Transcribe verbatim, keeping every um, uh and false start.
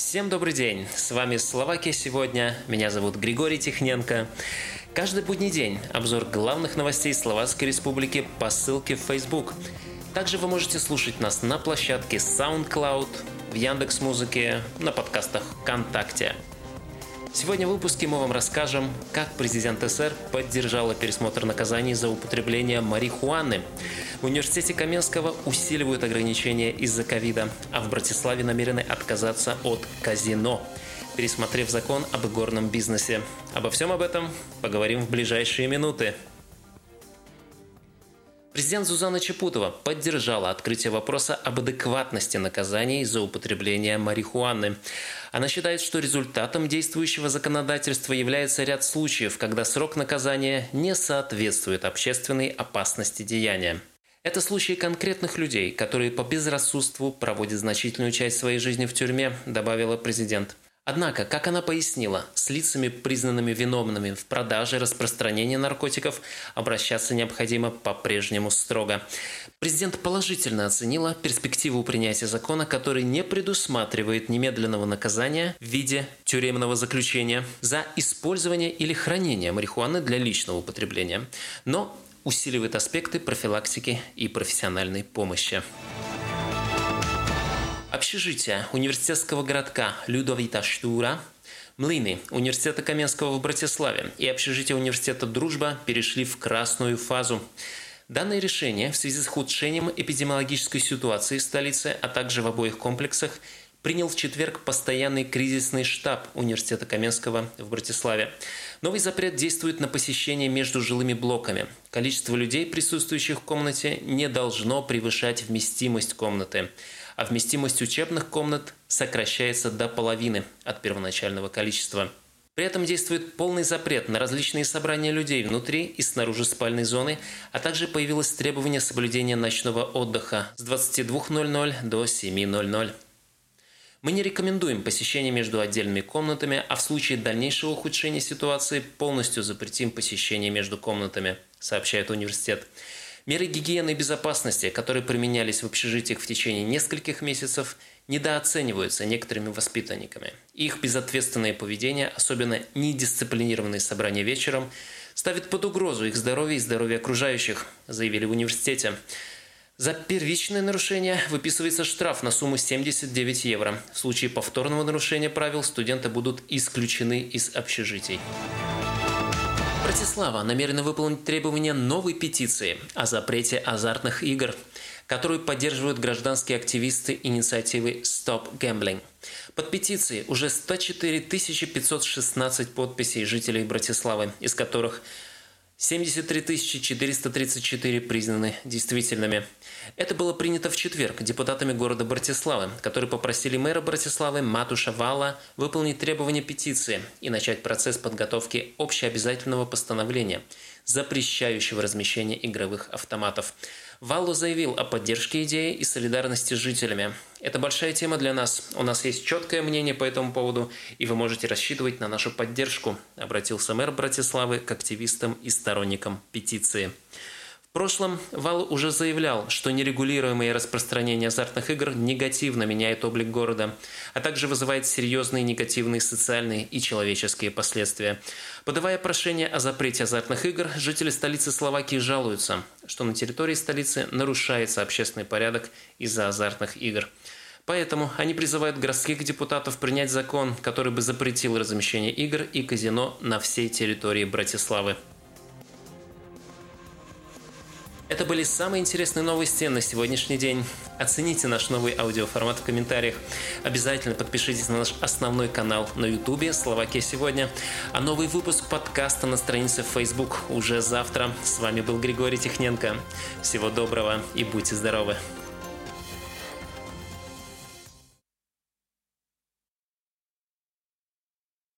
Всем добрый день! С вами Словакия сегодня. Меня зовут Григорий Тихненко. Каждый будний день обзор главных новостей Словацкой Республики по ссылке в Facebook. Также вы можете слушать нас на площадке SoundCloud, в Яндекс.Музыке, на подкастах ВКонтакте. Сегодня в выпуске мы вам расскажем, как президент СССР поддержала пересмотр наказаний за употребление марихуаны. В университете Каменского усиливают ограничения из-за ковида, а в Братиславе намерены отказаться от казино, пересмотрев закон об игорном бизнесе. Обо всем об этом поговорим в ближайшие минуты. Президент Зузана Чапутова поддержала открытие вопроса об адекватности наказаний за употребление марихуаны. Она считает, что результатом действующего законодательства является ряд случаев, когда срок наказания не соответствует общественной опасности деяния. Это случаи конкретных людей, которые по безрассудству проводят значительную часть своей жизни в тюрьме, добавила президент. Однако, как она пояснила, с лицами, признанными виновными в продаже, распространении наркотиков, обращаться необходимо по-прежнему строго. Президент положительно оценила перспективу принятия закона, который не предусматривает немедленного наказания в виде тюремного заключения за использование или хранение марихуаны для личного употребления, но усиливает аспекты профилактики и профессиональной помощи. Общежитие университетского городка Людовита Штура, Млыны университета Каменского в Братиславе и общежитие университета Дружба перешли в красную фазу. Данное решение в связи с ухудшением эпидемиологической ситуации в столице, а также в обоих комплексах, принял в четверг постоянный кризисный штаб университета Каменского в Братиславе. Новый запрет действует на посещение между жилыми блоками. Количество людей, присутствующих в комнате, не должно превышать вместимость комнаты, а вместимость учебных комнат сокращается до половины от первоначального количества. При этом действует полный запрет на различные собрания людей внутри и снаружи спальной зоны, а также появилось требование соблюдения ночного отдыха с двадцати двух ноль-ноль до семи ноль-ноль. Мы не рекомендуем посещение между отдельными комнатами, а в случае дальнейшего ухудшения ситуации полностью запретим посещение между комнатами, сообщает университет. Меры гигиены и безопасности, которые применялись в общежитиях в течение нескольких месяцев, недооцениваются некоторыми воспитанниками. Их безответственное поведение, особенно недисциплинированные собрания вечером, ставит под угрозу их здоровье и здоровье окружающих, заявили в университете. За первичное нарушение выписывается штраф на сумму семьдесят девять евро. В случае повторного нарушения правил студенты будут исключены из общежитий. Братислава намерена выполнить требования новой петиции о запрете азартных игр, которую поддерживают гражданские активисты инициативы Stop Gambling. Под петицией уже сто четыре тысячи пятьсот шестнадцать подписей жителей Братиславы, из которых семьдесят три тысячи четыреста тридцать четыре признаны действительными. Это было принято в четверг депутатами города Братиславы, которые попросили мэра Братиславы Матуша Вала выполнить требования петиции и начать процесс подготовки общеобязательного постановления, запрещающего размещение игровых автоматов. Валло заявил о поддержке идеи и солидарности с жителями. «Это большая тема для нас. У нас есть четкое мнение по этому поводу, и вы можете рассчитывать на нашу поддержку», обратился мэр Братиславы к активистам и сторонникам петиции. В прошлом Валло уже заявлял, что нерегулируемое распространение азартных игр негативно меняет облик города, а также вызывает серьезные негативные социальные и человеческие последствия. Подавая прошение о запрете азартных игр, жители столицы Словакии жалуются, что на территории столицы нарушается общественный порядок из-за азартных игр. Поэтому они призывают городских депутатов принять закон, который бы запретил размещение игр и казино на всей территории Братиславы. Это были самые интересные новости на сегодняшний день. Оцените наш новый аудиоформат в комментариях. Обязательно подпишитесь на наш основной канал на Ютубе «Словакия сегодня». А новый выпуск подкаста на странице в Facebook уже завтра. С вами был Григорий Тихненко. Всего доброго и будьте здоровы!